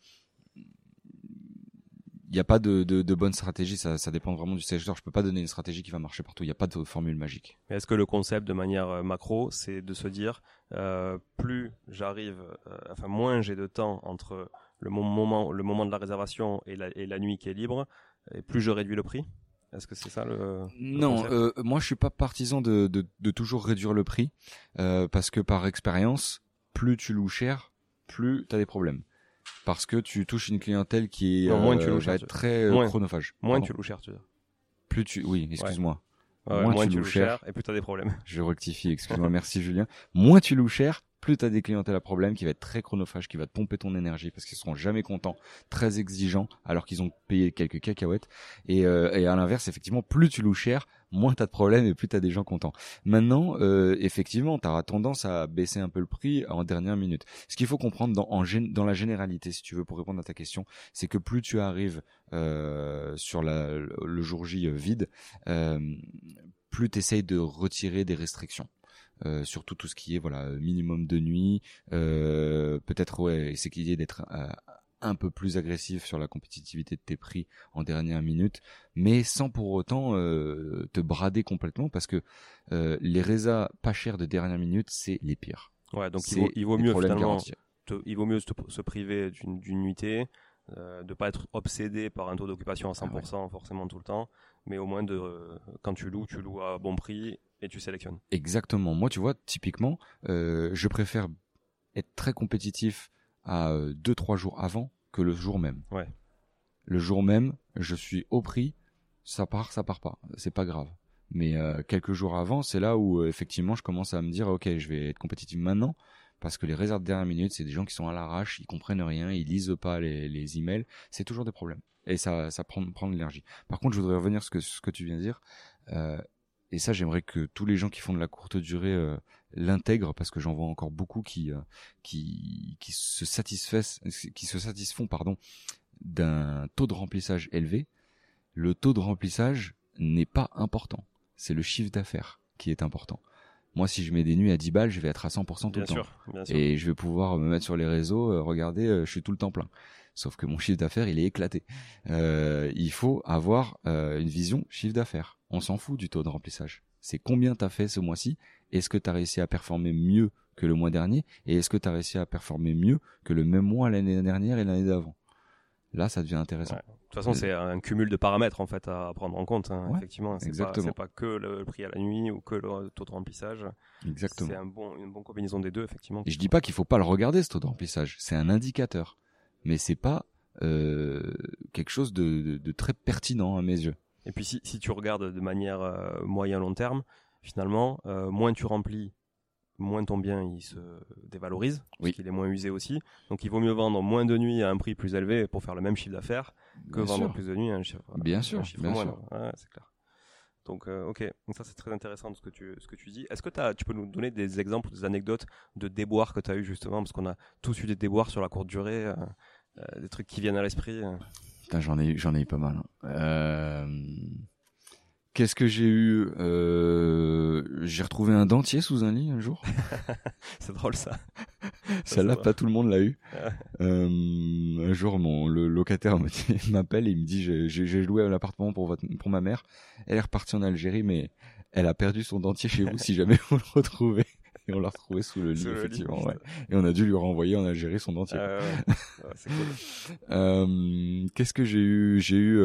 il n'y a pas de bonne stratégie, ça dépend vraiment du secteur. Je peux pas donner une stratégie qui va marcher partout. Il n'y a pas de formule magique. Mais est-ce que le concept de manière macro, c'est de se dire plus j'arrive, moins j'ai de temps entre le moment de la réservation et la nuit qui est libre, et plus je réduis le prix? Est-ce que c'est ça Non, moi je suis pas partisan de toujours réduire le prix parce que par expérience, plus tu loues cher, plus tu as des problèmes. Parce que tu touches une clientèle qui va être très chronophage. Moins tu loues cher, tu veux dire. Oui, excuse-moi. Moins tu loues cher et plus tu as des problèmes. Je rectifie, excuse-moi, merci Julien. Moins tu loues cher, plus tu as des clientèles à problème qui va être très chronophage, qui va te pomper ton énergie parce qu'ils seront jamais contents, très exigeants alors qu'ils ont payé quelques cacahuètes. Et à l'inverse, effectivement, plus tu loues cher, moins tu as de problèmes et plus tu as des gens contents. Maintenant, effectivement, tu auras tendance à baisser un peu le prix en dernière minute. Ce qu'il faut comprendre dans la généralité, si tu veux, pour répondre à ta question, c'est que plus tu arrives sur le jour J vide, plus tu essayes de retirer des restrictions. Surtout tout ce qui est minimum de nuit, peut-être essayer d'être un peu plus agressif sur la compétitivité de tes prix en dernière minute, mais sans pour autant te brader complètement parce que les résas pas chers de dernière minute, c'est les pires. Ouais, donc il vaut mieux finalement se priver d'une nuitée, de pas être obsédé par un taux d'occupation à 100% forcément tout le temps, mais au moins quand tu loues à bon prix et tu sélectionnes. Exactement. Moi, tu vois, typiquement, je préfère être très compétitif à 2-3 jours avant que le jour même. Ouais. Le jour même, je suis au prix, ça part pas, c'est pas grave. Mais quelques jours avant, c'est là où effectivement je commence à me dire ok, je vais être compétitif maintenant parce que les réserves de dernière minute, c'est des gens qui sont à l'arrache, ils comprennent rien, ils lisent pas les emails, c'est toujours des problèmes. Et ça prend de l'énergie. Par contre, je voudrais revenir sur ce que tu viens de dire. Et ça, j'aimerais que tous les gens qui font de la courte durée l'intègrent, parce que j'en vois encore beaucoup qui se satisfont, d'un taux de remplissage élevé. Le taux de remplissage n'est pas important. C'est le chiffre d'affaires qui est important. Moi, si je mets des nuits à 10 balles, je vais être à 100% tout le temps. Bien sûr. Et je vais pouvoir me mettre sur les réseaux, regardez, je suis tout le temps plein. Sauf que mon chiffre d'affaires, il est éclaté. Il faut avoir une vision chiffre d'affaires. On s'en fout du taux de remplissage. C'est combien t'as fait ce mois-ci? Est-ce que t'as réussi à performer mieux que le mois dernier? Et est-ce que t'as réussi à performer mieux que le même mois l'année dernière et l'année d'avant? Là, ça devient intéressant. Ouais. De toute façon, c'est un cumul de paramètres en fait à prendre en compte. Hein. Ouais, effectivement, c'est pas que le prix à la nuit ou que le taux de remplissage. Exactement. C'est une bonne combinaison des deux, effectivement. Et je dis pas qu'il faut pas le regarder ce taux de remplissage. C'est un indicateur, mais c'est pas quelque chose de très pertinent à mes yeux. Et puis si tu regardes de manière moyen long terme, finalement, moins tu remplis, moins ton bien il se dévalorise, parce qu'il est moins usé aussi. Donc il vaut mieux vendre moins de nuits à un prix plus élevé pour faire le même chiffre d'affaires que vendre plus de nuits à un chiffre moindre. Ouais, c'est clair. Donc ok, donc ça c'est très intéressant ce que tu dis. Est-ce que tu peux nous donner des exemples, des anecdotes de déboires que tu as eu justement, parce qu'on a tous eu des déboires sur la courte durée, des trucs qui viennent à l'esprit. Putain, j'en ai eu pas mal. Qu'est-ce que j'ai eu? J'ai retrouvé un dentier sous un lit un jour. C'est drôle ça. Celle-là, pas tout le monde l'a eu. Un jour, le locataire m'appelle et il me dit j'ai loué un appartement pour ma mère. Elle est repartie en Algérie, mais elle a perdu son dentier chez vous si jamais vous le retrouvez. Et on l'a retrouvé sous le lit, effectivement. Ouais. Et on a dû lui renvoyer en Algérie son dentier. C'est cool. Qu'est-ce que j'ai eu? J'ai eu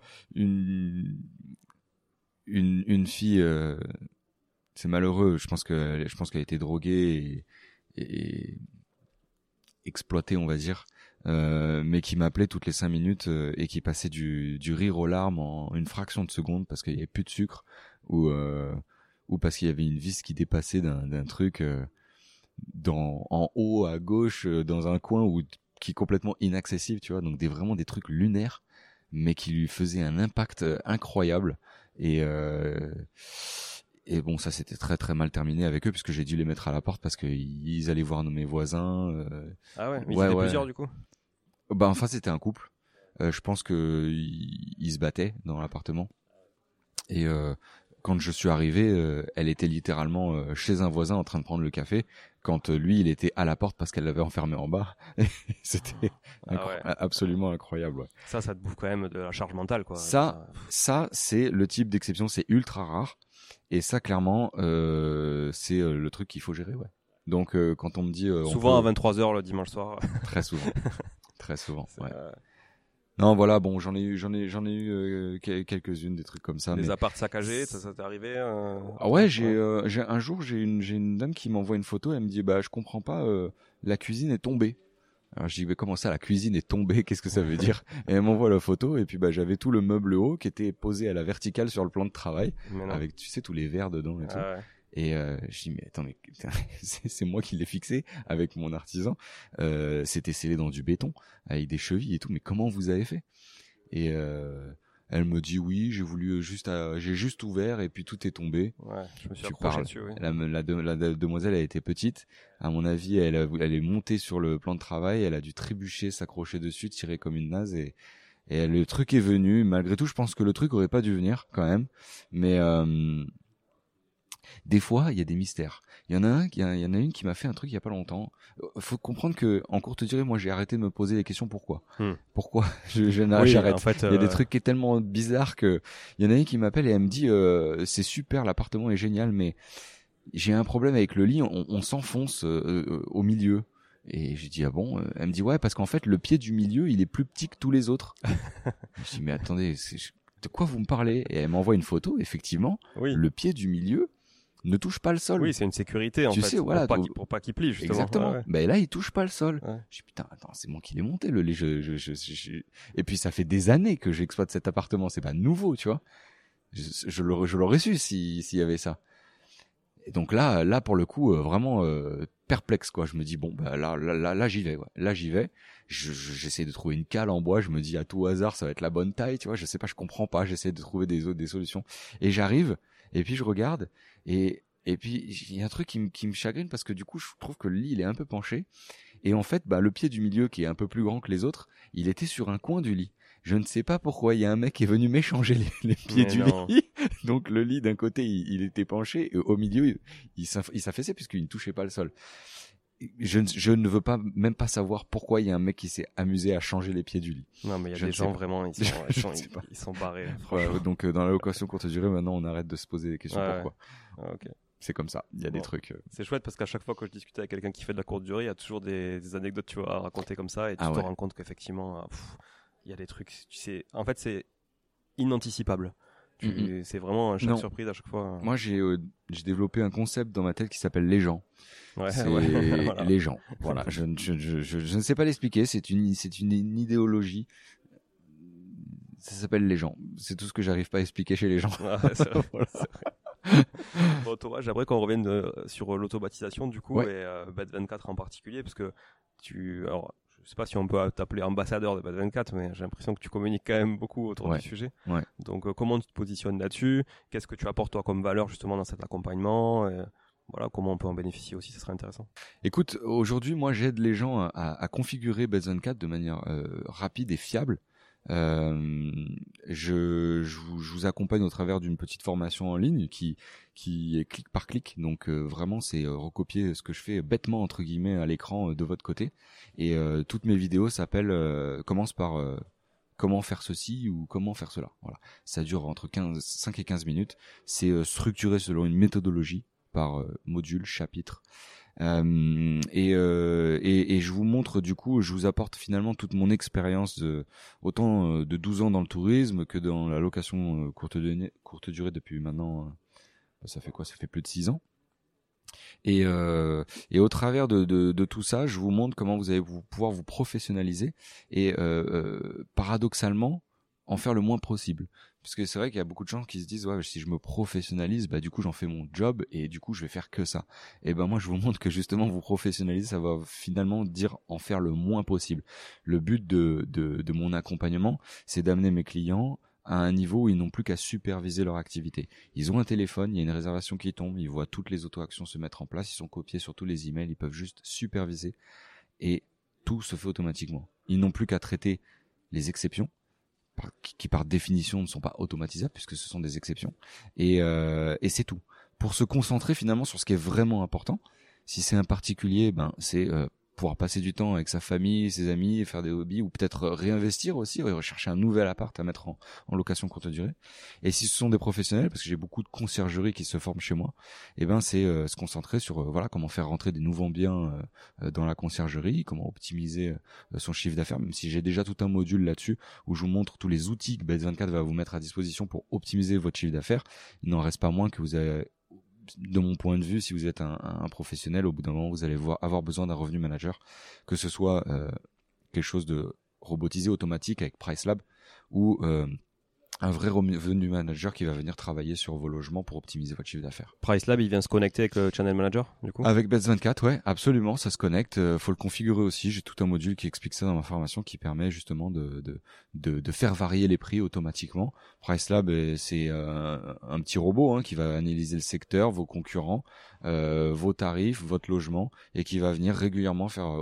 une fille. C'est malheureux. Je pense qu'elle a été droguée et exploitée, on va dire. Mais qui m'appelait toutes les 5 minutes et qui passait du rire aux larmes en une fraction de seconde parce qu'il y avait plus de sucre ou parce qu'il y avait une vis qui dépassait d'un truc en haut à gauche dans un coin qui est complètement inaccessible, tu vois. Donc vraiment des trucs lunaires, mais qui lui faisaient un impact incroyable. Et bon, ça s'était très très mal terminé avec eux puisque j'ai dû les mettre à la porte parce qu'ils allaient voir mes voisins. Ah ouais, mais ils étaient plusieurs du coup. Bah enfin c'était un couple. Je pense que ils se battaient dans l'appartement. Et quand je suis arrivé, elle était littéralement chez un voisin en train de prendre le café, quand lui, il était à la porte parce qu'elle l'avait enfermé en bas. C'était absolument incroyable. Ouais. Ça te bouffe quand même de la charge mentale, quoi. Ça, c'est le type d'exception, c'est ultra rare. Et ça, clairement, c'est le truc qu'il faut gérer, ouais. Donc, quand on me dit... souvent à 23h le dimanche soir. Très souvent. Très souvent, ouais. Non, voilà, bon, j'en ai eu quelques-unes, des trucs comme ça. Des apparts saccagés, ça t'est arrivé Ah ouais, un jour, j'ai une dame qui m'envoie une photo, elle me dit, bah, je comprends pas, la cuisine est tombée. Alors, je dis, mais comment ça, la cuisine est tombée? Qu'est-ce que ça veut dire? Et elle m'envoie la photo, et puis, bah, j'avais tout le meuble haut qui était posé à la verticale sur le plan de travail, avec, tu sais, tous les verres dedans et tout. Ouais. Et je dis, mais attendez, c'est moi qui l'ai fixé avec mon artisan. C'était scellé dans du béton, avec des chevilles et tout. Mais comment vous avez fait? Et elle me dit, oui, j'ai juste ouvert et puis tout est tombé. Ouais, je me suis accroché dessus, oui. La demoiselle a été petite. À mon avis, elle est montée sur le plan de travail. Elle a dû trébucher, s'accrocher dessus, tirer comme une naze et le truc est venu. Malgré tout, je pense que le truc aurait pas dû venir quand même. Mais des fois, il y a des mystères. Il y en a une qui m'a fait un truc il y a pas longtemps. Faut comprendre que en courte durée, moi, j'ai arrêté de me poser les questions pourquoi. Pourquoi j'arrête. En fait, il y a des trucs qui est tellement bizarres que il y en a une qui m'appelle et elle me dit c'est super, l'appartement est génial, mais j'ai un problème avec le lit, on s'enfonce au milieu. Et j'ai dit ah bon? Elle me dit ouais, parce qu'en fait le pied du milieu, il est plus petit que tous les autres. Je dis mais attendez, de quoi vous me parlez? Et elle m'envoie une photo, effectivement, le pied du milieu ne touche pas le sol. Oui, c'est une sécurité en fait. Tu sais, voilà, pour pas qu'il plie justement. Exactement. Ouais. Ben là, il touche pas le sol. Ouais. Je dis putain, attends, c'est moi qui l'ai monté le lit. Et puis ça fait des années que j'exploite cet appartement, c'est pas nouveau, tu vois. Je l'aurais su s'il y avait ça. Et donc là pour le coup vraiment perplexe quoi. Je me dis bon bah là j'y vais. Ouais. Là j'y vais. J'essaie de trouver une cale en bois. Je me dis à tout hasard ça va être la bonne taille. Tu vois, je sais pas, je comprends pas. J'essaie de trouver des solutions. Et j'arrive. Et puis je regarde. Et puis il y a un truc qui me chagrine parce que du coup je trouve que le lit il est un peu penché. Et en fait bah le pied du milieu qui est un peu plus grand que les autres, il était sur un coin du lit. Je ne sais pas pourquoi, il y a un mec qui est venu m'échanger les pieds du lit. Donc le lit d'un côté, il était penché, et au milieu, il s'affaissait puisqu'il ne touchait pas le sol. Je ne veux pas même pas savoir pourquoi il y a un mec qui s'est amusé à changer les pieds du lit. Non, mais il y a des gens vraiment, ils sont barrés. Ouais, donc dans la location courte durée, maintenant, on arrête de se poser des questions pourquoi. Ah, okay. C'est comme ça, il y a des trucs. C'est chouette parce qu'à chaque fois que je discute avec quelqu'un qui fait de la courte durée, il y a toujours des anecdotes tu vois à raconter comme ça et tu te rends compte qu'effectivement, il y a des trucs, tu sais, en fait c'est inanticipable. C'est vraiment chaque surprise à chaque fois. Moi j'ai développé un concept dans ma tête qui s'appelle les gens. C'est voilà. Les gens. Voilà, je ne sais pas l'expliquer, c'est une idéologie. Ça s'appelle les gens. C'est tout ce que j'arrive pas à expliquer chez les gens. C'est vrai, voilà. C'est vrai. Bon, Thomas, j'aimerais qu'on revienne sur l'automatisation du coup et Bet24 en particulier parce que alors je sais pas si on peut t'appeler ambassadeur de Bet24 mais j'ai l'impression que tu communiques quand même beaucoup autour du sujet. Ouais. Donc comment tu te positionnes là-dessus? Qu'est-ce que tu apportes toi comme valeur justement dans cet accompagnement? Voilà, comment on peut en bénéficier aussi, ça serait intéressant. Écoute, aujourd'hui moi j'aide les gens à configurer Bet24 de manière rapide et fiable. Je vous accompagne au travers d'une petite formation en ligne qui est clic par clic, donc vraiment c'est recopier ce que je fais bêtement entre guillemets à l'écran de votre côté, et toutes mes vidéos commencent par comment faire ceci ou comment faire cela. Voilà, ça dure entre 5 et 15 minutes, c'est structuré selon une méthodologie par module, chapitre. Et je vous montre du coup, je vous apporte finalement toute mon expérience autant de 12 ans dans le tourisme que dans la location courte durée depuis maintenant, ça fait quoi? Ça fait plus de 6 ans. Et au travers de tout ça, je vous montre comment vous allez pouvoir vous professionnaliser et paradoxalement en faire le moins possible. Parce que c'est vrai qu'il y a beaucoup de gens qui se disent ouais, si je me professionnalise, bah du coup j'en fais mon job et du coup je vais faire que ça. Et ben moi je vous montre que justement vous professionnaliser, ça va finalement dire en faire le moins possible. Le but de mon accompagnement, c'est d'amener mes clients à un niveau où ils n'ont plus qu'à superviser leur activité. Ils ont un téléphone, il y a une réservation qui tombe, ils voient toutes les auto-actions se mettre en place, ils sont copiés sur tous les emails, ils peuvent juste superviser et tout se fait automatiquement. Ils n'ont plus qu'à traiter les exceptions qui par définition ne sont pas automatisables puisque ce sont des exceptions, et c'est tout. Pour se concentrer finalement sur ce qui est vraiment important. Si c'est un particulier, ben c'est pouvoir passer du temps avec sa famille, ses amis, faire des hobbies, ou peut-être réinvestir aussi, rechercher un nouvel appart à mettre en location courte durée. Et si ce sont des professionnels, parce que j'ai beaucoup de conciergeries qui se forment chez moi, et ben c'est se concentrer sur voilà comment faire rentrer des nouveaux biens dans la conciergerie, comment optimiser son chiffre d'affaires, même si j'ai déjà tout un module là-dessus où je vous montre tous les outils que Bet24 va vous mettre à disposition pour optimiser votre chiffre d'affaires. Il n'en reste pas moins que vous avez, de mon point de vue, si vous êtes un professionnel, au bout d'un moment, vous allez avoir besoin d'un revenu manager, que ce soit quelque chose de robotisé, automatique avec PriceLab, ou un vrai revenu manager qui va venir travailler sur vos logements pour optimiser votre chiffre d'affaires. PriceLab, il vient se connecter avec le Channel Manager, du coup? Avec Bet24, ouais, absolument, ça se connecte. Faut le configurer aussi. J'ai tout un module qui explique ça dans ma formation, qui permet justement de faire varier les prix automatiquement. PriceLab, c'est un petit robot qui va analyser le secteur, vos concurrents, vos tarifs, votre logement, et qui va venir régulièrement faire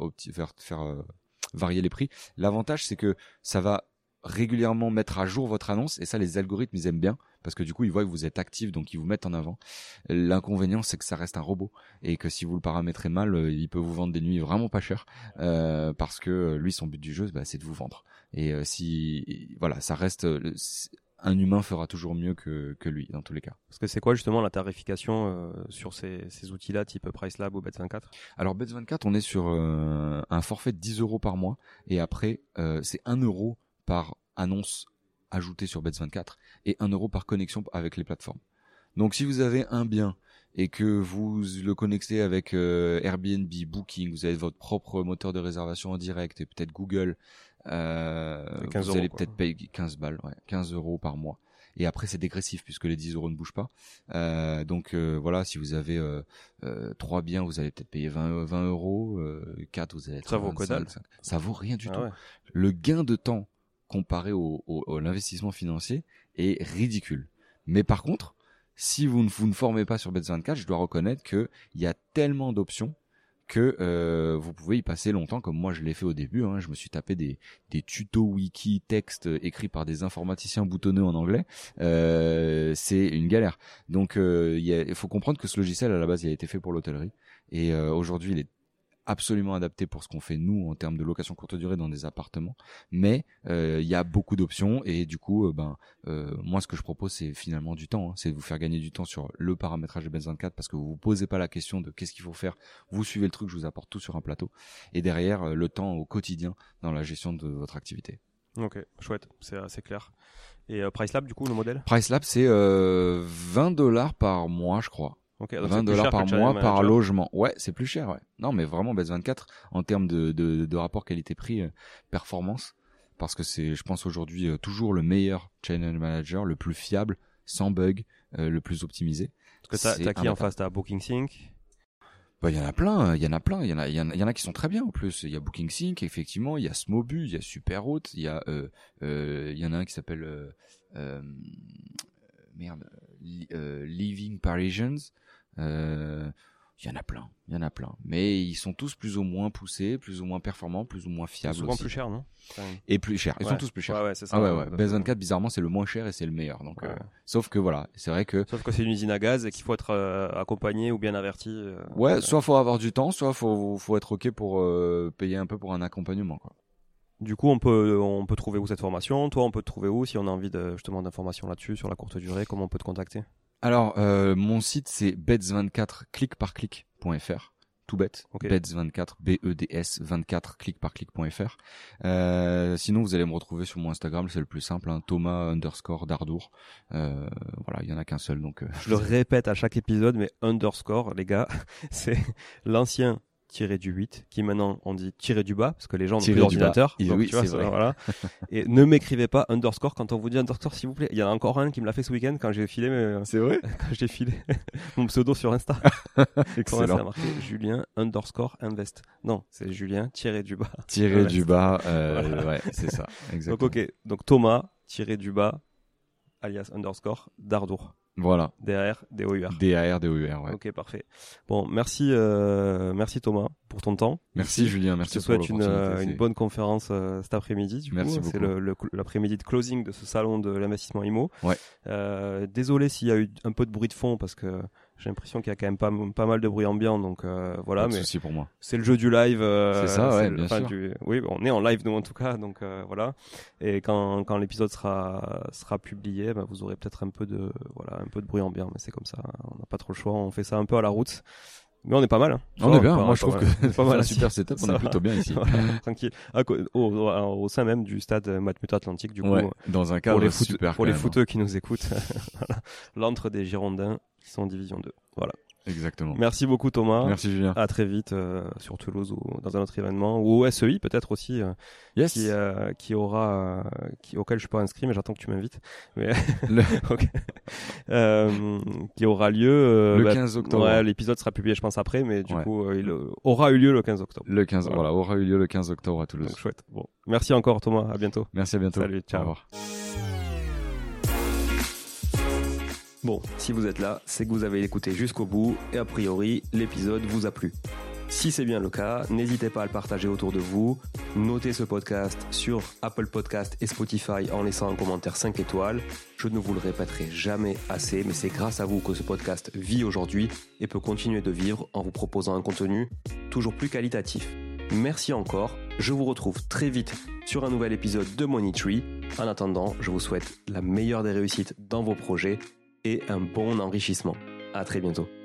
varier les prix. L'avantage, c'est que ça va régulièrement mettre à jour votre annonce, et ça les algorithmes ils aiment bien parce que du coup ils voient que vous êtes actif, donc ils vous mettent en avant. L'inconvénient, c'est que ça reste un robot et que si vous le paramétrez mal, il peut vous vendre des nuits vraiment pas chères parce que lui, son but du jeu, c'est de vous vendre. Et si voilà, ça reste un humain fera toujours mieux que lui dans tous les cas. Parce que c'est quoi justement la tarification sur ces outils-là type PriceLab ou Bet24? Alors Bet24, on est sur un forfait de 10 € par mois, et après c'est 1 € par annonce ajoutée sur Bet24 et 1 € par connexion avec les plateformes. Donc si vous avez un bien et que vous le connectez avec Airbnb, Booking, vous avez votre propre moteur de réservation en direct et peut-être Google, vous allez peut-être payer 15 balles, 15 € par mois. Et après, c'est dégressif puisque les 10 € ne bougent pas. Donc voilà, si vous avez 3 biens, vous allez peut-être payer 20 €. 4, vous allez être ça vaut que dalle. Ça vaut rien du tout. Ouais. Le gain de temps comparé au l'investissement financier est ridicule. Mais par contre, si vous ne formez pas sur Bet24, je dois reconnaître que il y a tellement d'options que vous pouvez y passer longtemps, comme moi je l'ai fait au début. Je me suis tapé des tutos wiki textes écrits par des informaticiens boutonneux en anglais. C'est une galère. Donc il faut comprendre que ce logiciel à la base il a été fait pour l'hôtellerie et aujourd'hui il est absolument adapté pour ce qu'on fait nous en termes de location courte durée dans des appartements, mais il y a beaucoup d'options et du coup moi ce que je propose c'est finalement du temps, c'est de vous faire gagner du temps sur le paramétrage de Bet24 parce que vous vous posez pas la question de qu'est-ce qu'il faut faire, vous suivez le truc, je vous apporte tout sur un plateau et derrière le temps au quotidien dans la gestion de votre activité. Ok, chouette, c'est assez clair. Et PriceLab du coup le modèle PriceLab c'est 20 $ par mois je crois. Okay, donc 20 $ par mois par logement. Ouais, c'est plus cher, ouais. Non, mais vraiment, Bet24, en termes de rapport qualité-prix, performance, parce que c'est, je pense aujourd'hui, toujours le meilleur channel manager, le plus fiable, sans bug, le plus optimisé. Parce que t'as qui en face? T'as BookingSync? Bah, il y en a plein. Il y en a qui sont très bien, en plus. Il y a BookingSync, effectivement. Il y a Smobu, il y a Superhot, il y a, il y en a un qui s'appelle, Living Parisians. Il y en a plein, mais ils sont tous plus ou moins poussés, plus ou moins performants, plus ou moins fiables. Souvent aussi. Plus cher, non? Et plus cher. Ils sont tous plus chers. Ouais, c'est ça. Ouais. Bet24, bizarrement, c'est le moins cher et c'est le meilleur. Donc, sauf que voilà, c'est vrai que. Sauf que c'est une usine à gaz et qu'il faut être accompagné ou bien averti. Soit faut avoir du temps, soit faut être ok pour payer un peu pour un accompagnement, quoi. Du coup, on peut trouver où cette formation? Toi, on peut te trouver où si on a envie justement d'informations là-dessus sur la courte durée? Comment on peut te contacter? Alors, mon site c'est bets24 clickparclick.fr. Tout bête. Okay. Bets24, BEDS 24 clickparclick.fr. Sinon, vous allez me retrouver sur mon Instagram, c'est le plus simple, Thomas_Dardour. Voilà, il y en a qu'un seul, donc. Je le répète à chaque épisode, mais underscore, les gars, c'est l'ancien -8 qui maintenant on dit -, parce que les gens n'ont plus d'ordinateur. Donc, oui, tu vois, c'est vrai. Voilà. Et ne m'écrivez pas underscore quand on vous dit underscore, s'il vous plaît. Il y en a encore un qui me l'a fait ce week-end quand j'ai filé c'est vrai quand j'ai filé mon pseudo sur Insta. Excellent. Ça a marqué Julien _invest. Non, c'est Julien _. Voilà. Ouais, c'est ça. Exactement. Donc ok, donc Thomas _ alias underscore Dardour. Voilà. DAR, DOUR. DAR, DOUR, ouais. Ok, parfait. Bon, merci Thomas pour ton temps. Merci Julien, merci pour l'opportunité. Je te souhaite une bonne conférence cet après-midi. Merci beaucoup. C'est l'après-midi de closing de ce salon de l'investissement IMO. Ouais. Désolé s'il y a eu un peu de bruit de fond parce que j'ai l'impression qu'il y a quand même pas mal de bruit ambiant, donc voilà. Pas de souci pour moi. C'est le jeu du live. C'est ça, ouais, bien sûr. Oui, on est en live nous en tout cas, donc voilà. Et quand l'épisode sera publié, vous aurez peut-être un peu de bruit ambiant, mais c'est comme ça. On n'a pas trop le choix. On fait ça un peu à la route. Mais on est pas mal. On est bien. Moi, je trouve que c'est pas mal. Un super setup. On est plutôt bien ici. Voilà, tranquille. Au sein même du stade Matmut Atlantique, du coup. Dans un cadre super. Pour les footeux qui nous écoutent. Voilà. L'antre des Girondins qui sont en Division 2. Voilà. Exactement. Merci beaucoup Thomas. Merci Julien. À très vite sur Toulouse ou dans un autre événement ou au SEI peut-être aussi auquel je suis pas inscrit mais j'attends que tu m'invites. Mais qui aura lieu le 15 octobre. Ouais, l'épisode sera publié je pense après mais du coup il aura eu lieu le 15 octobre. Le 15 voilà, aura eu lieu le 15 octobre à Toulouse. Donc, chouette. Bon, merci encore Thomas, à bientôt. Merci, à bientôt. Salut, ciao. Au revoir. Bon, si vous êtes là, c'est que vous avez écouté jusqu'au bout et a priori, l'épisode vous a plu. Si c'est bien le cas, n'hésitez pas à le partager autour de vous. Notez ce podcast sur Apple Podcast et Spotify en laissant un commentaire 5 étoiles. Je ne vous le répéterai jamais assez, mais c'est grâce à vous que ce podcast vit aujourd'hui et peut continuer de vivre en vous proposant un contenu toujours plus qualitatif. Merci encore, je vous retrouve très vite sur un nouvel épisode de Money Tree. En attendant, je vous souhaite la meilleure des réussites dans vos projets et un bon enrichissement. À très bientôt.